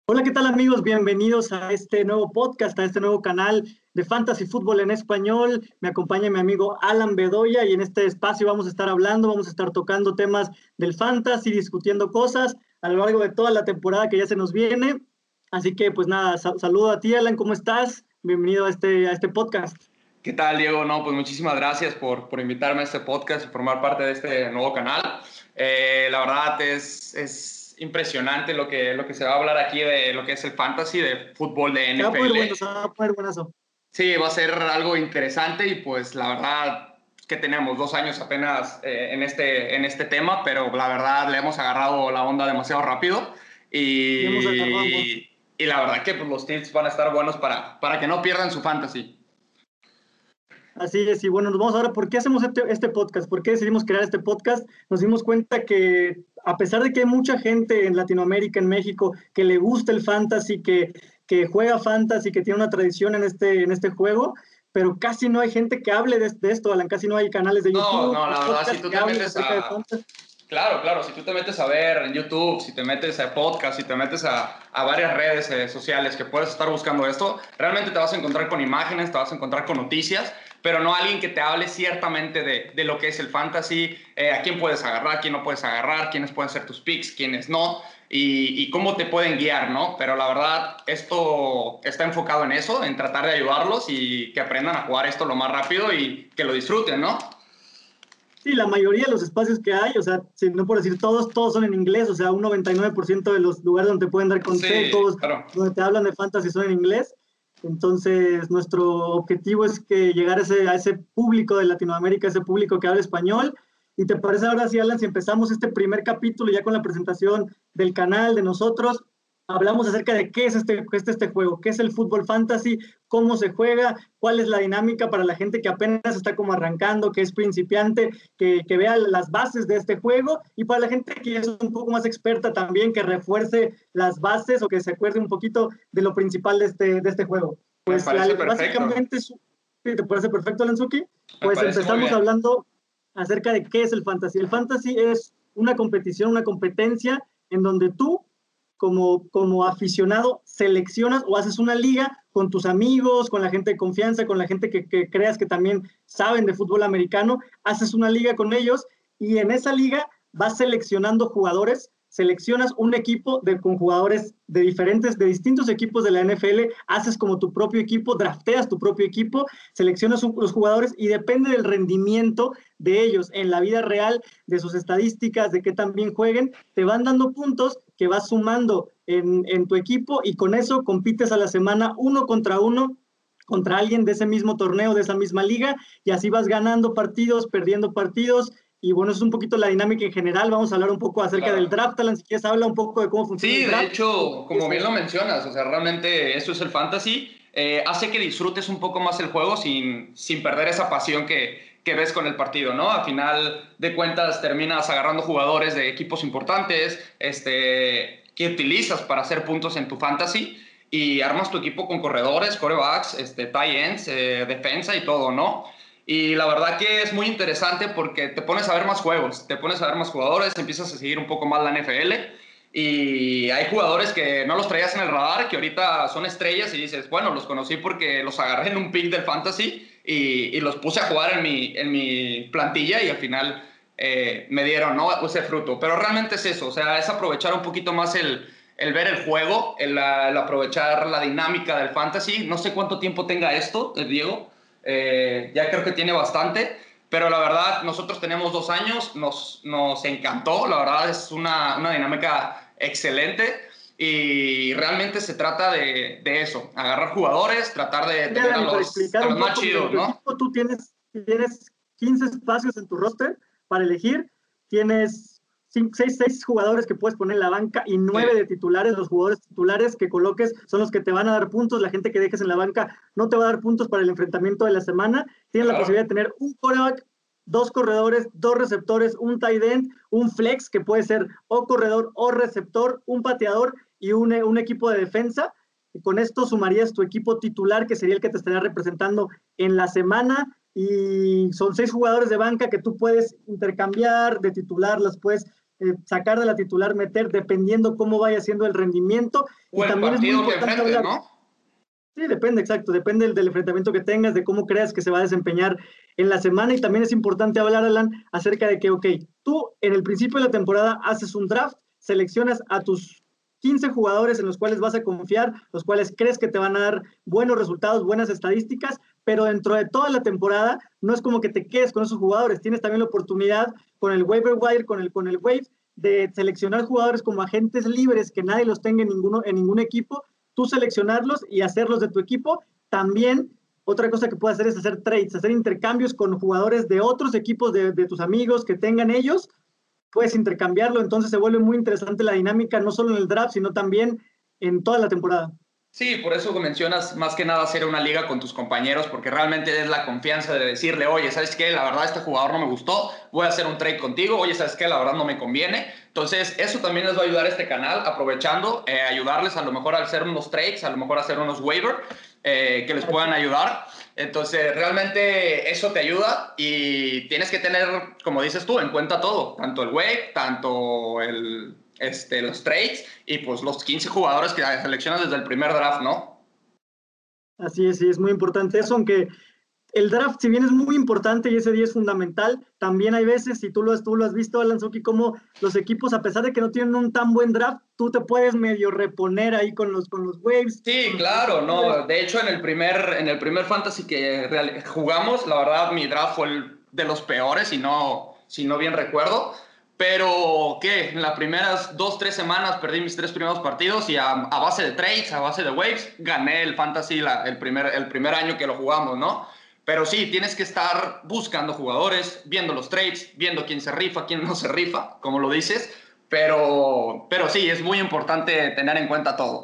Hola, ¿qué tal amigos? Bienvenidos a este nuevo podcast, a este nuevo canal de Fantasy Fútbol en español. Me acompaña mi amigo Alan Bedoya y en este espacio vamos a estar hablando, vamos a estar tocando temas del Fantasy, discutiendo cosas a lo largo de toda la temporada que ya se nos viene. Así que pues nada, saludo a ti Alan, ¿cómo estás? Bienvenido a este podcast. ¿Qué tal, Diego? No, pues muchísimas gracias por invitarme a este podcast y formar parte de este nuevo canal. La verdad es impresionante lo que se va a hablar aquí de lo que es el fantasy, de fútbol, de Se va a poner bueno, NFL. se va a poner buenazo. Sí, va a ser algo interesante y pues la verdad que tenemos 2 años apenas en este tema, pero la verdad le hemos agarrado la onda demasiado rápido Le hemos agarrado ambos. y la verdad que pues, los tips van a estar buenos para que no pierdan su fantasy. Así es, y bueno, nos vamos ahora, ¿por qué hacemos este podcast? ¿Por qué decidimos crear este podcast? Nos dimos cuenta que a pesar de que hay mucha gente en Latinoamérica, en México, que le gusta el fantasy, que juega fantasy, que tiene una tradición en este juego, pero casi no hay gente que hable de esto, Alan, casi no hay canales de No, YouTube, no, la verdad, si podcasts tú que te hablen metes acerca de a... fantasy. Claro, si tú te metes a ver en YouTube, si te metes a podcast, si te metes a varias redes sociales que puedes estar buscando esto, realmente te vas a encontrar con imágenes, te vas a encontrar con noticias, pero no alguien que te hable ciertamente de lo que es el fantasy, a quién puedes agarrar, quién no puedes agarrar, quiénes pueden ser tus picks, quiénes no, y cómo te pueden guiar, ¿no? Pero la verdad, esto está enfocado en eso, en tratar de ayudarlos y que aprendan a jugar esto lo más rápido y que lo disfruten, ¿no? Sí, la mayoría de los espacios que hay, o sea, si no por decir todos son en inglés, o sea, un 99% de los lugares donde te pueden dar Sí, consejos, claro. donde te hablan de fantasy son en inglés. Entonces, nuestro objetivo es que llegar a ese público de Latinoamérica, ese público que habla español. ¿Y te parece ahora sí, Alan, si empezamos este primer capítulo ya con la presentación del canal, de nosotros? Hablamos acerca de qué es este juego, qué es el fútbol fantasy, cómo se juega, cuál es la dinámica para la gente que apenas está como arrancando, que es principiante, que vea las bases de este juego, y para la gente que es un poco más experta también, que refuerce las bases o que se acuerde un poquito de lo principal de este juego. Me Pues parece perfecto. básicamente, ¿te parece perfecto, Lenzuki? Me Pues parece muy empezamos bien. hablando acerca de qué es el fantasy. El fantasy es una competición, una competencia en donde tú como aficionado seleccionas o haces una liga con tus amigos, con la gente de confianza, con la gente que creas que también saben de fútbol americano, haces una liga con ellos y en esa liga vas seleccionando jugadores, seleccionas un equipo con jugadores de distintos equipos de la NFL, haces como tu propio equipo, drafteas tu propio equipo, seleccionas los jugadores y depende del rendimiento de ellos en la vida real, de sus estadísticas, de qué tan bien jueguen, te van dando puntos que vas sumando en tu equipo y con eso compites a la semana uno contra alguien de ese mismo torneo, de esa misma liga, y así vas ganando partidos, perdiendo partidos, y bueno, eso es un poquito la dinámica en general. Vamos a hablar un poco acerca del Claro. draft, Alan, si quieres habla un poco de cómo funciona Sí, el de draft. hecho, como bien lo mencionas, o sea, realmente eso es el fantasy. Hace que disfrutes un poco más el juego sin perder esa pasión que ves con el partido, ¿no? A final de cuentas terminas agarrando jugadores de equipos importantes, que utilizas para hacer puntos en tu fantasy y armas tu equipo con corredores, quarterbacks, tight ends, defensa y todo, ¿no? Y la verdad que es muy interesante porque te pones a ver más juegos, te pones a ver más jugadores, empiezas a seguir un poco más la NFL y hay jugadores que no los traías en el radar, que ahorita son estrellas y dices, bueno, los conocí porque los agarré en un pick del fantasy y los puse a jugar en mi plantilla y al final me dieron, ¿no?, ese fruto. Pero realmente es eso, o sea, es aprovechar un poquito más el ver el juego, el aprovechar la dinámica del fantasy. No sé cuánto tiempo tenga esto, Diego. Ya creo que tiene bastante, pero la verdad nosotros tenemos 2 años, nos encantó, la verdad es una dinámica excelente y realmente se trata de eso, agarrar jugadores, tratar de Ya, tener Dani, para explicar a un los más poco, mira, en chidos, tu ¿no? equipo tú tienes 15 espacios en tu roster para elegir, tienes 6 jugadores que puedes poner en la banca y Sí, 9 de titulares. Los jugadores titulares que coloques son los que te van a dar puntos, la gente que dejes en la banca no te va a dar puntos para el enfrentamiento de la semana. Tienes la claro. posibilidad de tener un quarterback, 2 corredores, 2 receptores, un tight end, un flex que puede ser o corredor o receptor, un pateador y un equipo de defensa. Y con esto sumarías tu equipo titular, que sería el que te estaría representando en la semana. Y son 6 jugadores de banca que tú puedes intercambiar de titular, los puedes sacar de la titular, meter, dependiendo cómo vaya siendo el rendimiento. O y el también partido es muy que importante enfrentes, hablar. ¿no? Sí, depende, exacto, depende del enfrentamiento que tengas, de cómo creas que se va a desempeñar en la semana y también es importante hablar, Alan, acerca de que, ok, tú en el principio de la temporada haces un draft, seleccionas a tus 15 jugadores en los cuales vas a confiar, los cuales crees que te van a dar buenos resultados, buenas estadísticas, pero dentro de toda la temporada no es como que te quedes con esos jugadores, tienes también la oportunidad con el waiver wire, con el wave, de seleccionar jugadores como agentes libres que nadie los tenga en ningún equipo, tú seleccionarlos y hacerlos de tu equipo. También otra cosa que puedes hacer es hacer trades, hacer intercambios con jugadores de otros equipos de tus amigos que tengan ellos, puedes intercambiarlo, entonces se vuelve muy interesante la dinámica, no solo en el draft, sino también en toda la temporada. Sí, por eso mencionas más que nada hacer una liga con tus compañeros, porque realmente es la confianza de decirle, oye, ¿sabes qué? La verdad este jugador no me gustó, voy a hacer un trade contigo, oye, ¿sabes qué? La verdad no me conviene. Entonces, eso también les va a ayudar a este canal, aprovechando, ayudarles a lo mejor a hacer unos trades, a lo mejor a hacer unos waivers que les puedan ayudar. Entonces, realmente eso te ayuda y tienes que tener, como dices tú, en cuenta todo, tanto el wave, tanto los trades y pues los 15 jugadores que seleccionas desde el primer draft, ¿no? Así es, sí, es muy importante eso, aunque el draft, si bien es muy importante y ese día es fundamental, también hay veces, y tú lo has visto, Alan Suki, como los equipos, a pesar de que no tienen un tan buen draft, tú te puedes medio reponer ahí con los waves. Sí, Con los claro, libres. no. De hecho, en el primer fantasy que jugamos, la verdad, mi draft fue el de los peores, si no bien recuerdo. Pero, ¿qué? En las primeras 2, 3 semanas perdí mis 3 primeros partidos y a base de trades, a base de waves, gané el fantasy el primer año que lo jugamos, ¿no? Pero sí, tienes que estar buscando jugadores, viendo los trades, viendo quién se rifa, quién no se rifa, como lo dices. Pero sí, es muy importante tener en cuenta todo.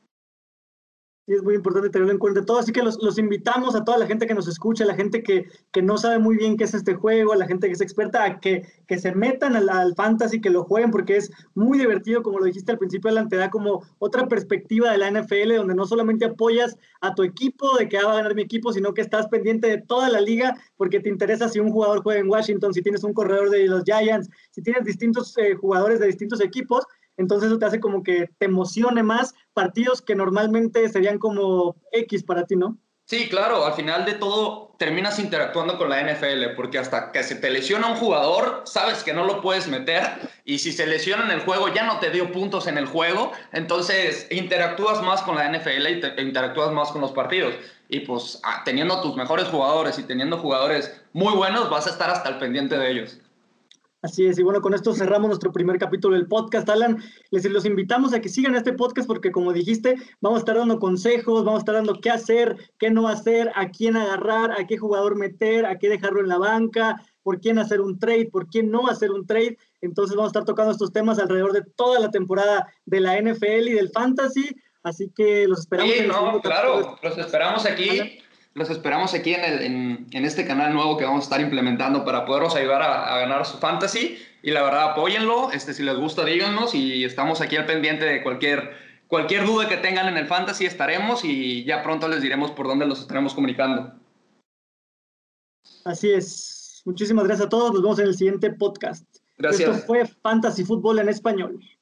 Sí, es muy importante tenerlo en cuenta todo, así que los invitamos a toda la gente que nos escucha, a la gente que no sabe muy bien qué es este juego, a la gente que es experta, a que se metan al fantasy, que lo jueguen, porque es muy divertido, como lo dijiste al principio, Alan, te da como otra perspectiva de la NFL, donde no solamente apoyas a tu equipo, de que va a ganar mi equipo, sino que estás pendiente de toda la liga, porque te interesa si un jugador juega en Washington, si tienes un corredor de los Giants, si tienes distintos jugadores de distintos equipos, entonces eso te hace como que te emocione más partidos que normalmente serían como X para ti, ¿no? Sí, claro, al final de todo terminas interactuando con la NFL porque hasta que se te lesiona un jugador, sabes que no lo puedes meter y si se lesiona en el juego ya no te dio puntos en el juego, entonces interactúas más con la NFL y interactúas más con los partidos y pues teniendo a tus mejores jugadores y teniendo jugadores muy buenos vas a estar hasta el pendiente de ellos. Así es, y bueno, con esto cerramos nuestro primer capítulo del podcast, Alan. Los invitamos a que sigan este podcast porque, como dijiste, vamos a estar dando consejos, vamos a estar dando qué hacer, qué no hacer, a quién agarrar, a qué jugador meter, a qué dejarlo en la banca, por quién hacer un trade, por quién no hacer un trade. Entonces vamos a estar tocando estos temas alrededor de toda la temporada de la NFL y del Fantasy. Así que los esperamos Sí, en el no, segundo capítulo de este claro, los podcast. esperamos Alan. aquí. Los esperamos aquí en este canal nuevo que vamos a estar implementando para poderlos ayudar a ganar su fantasy. Y la verdad, apóyenlo. Si les gusta, díganos. Y estamos aquí al pendiente de cualquier duda que tengan en el fantasy. Estaremos y ya pronto les diremos por dónde los estaremos comunicando. Así es. Muchísimas gracias a todos. Nos vemos en el siguiente podcast. Esto Gracias. fue Fantasy Fútbol en Español.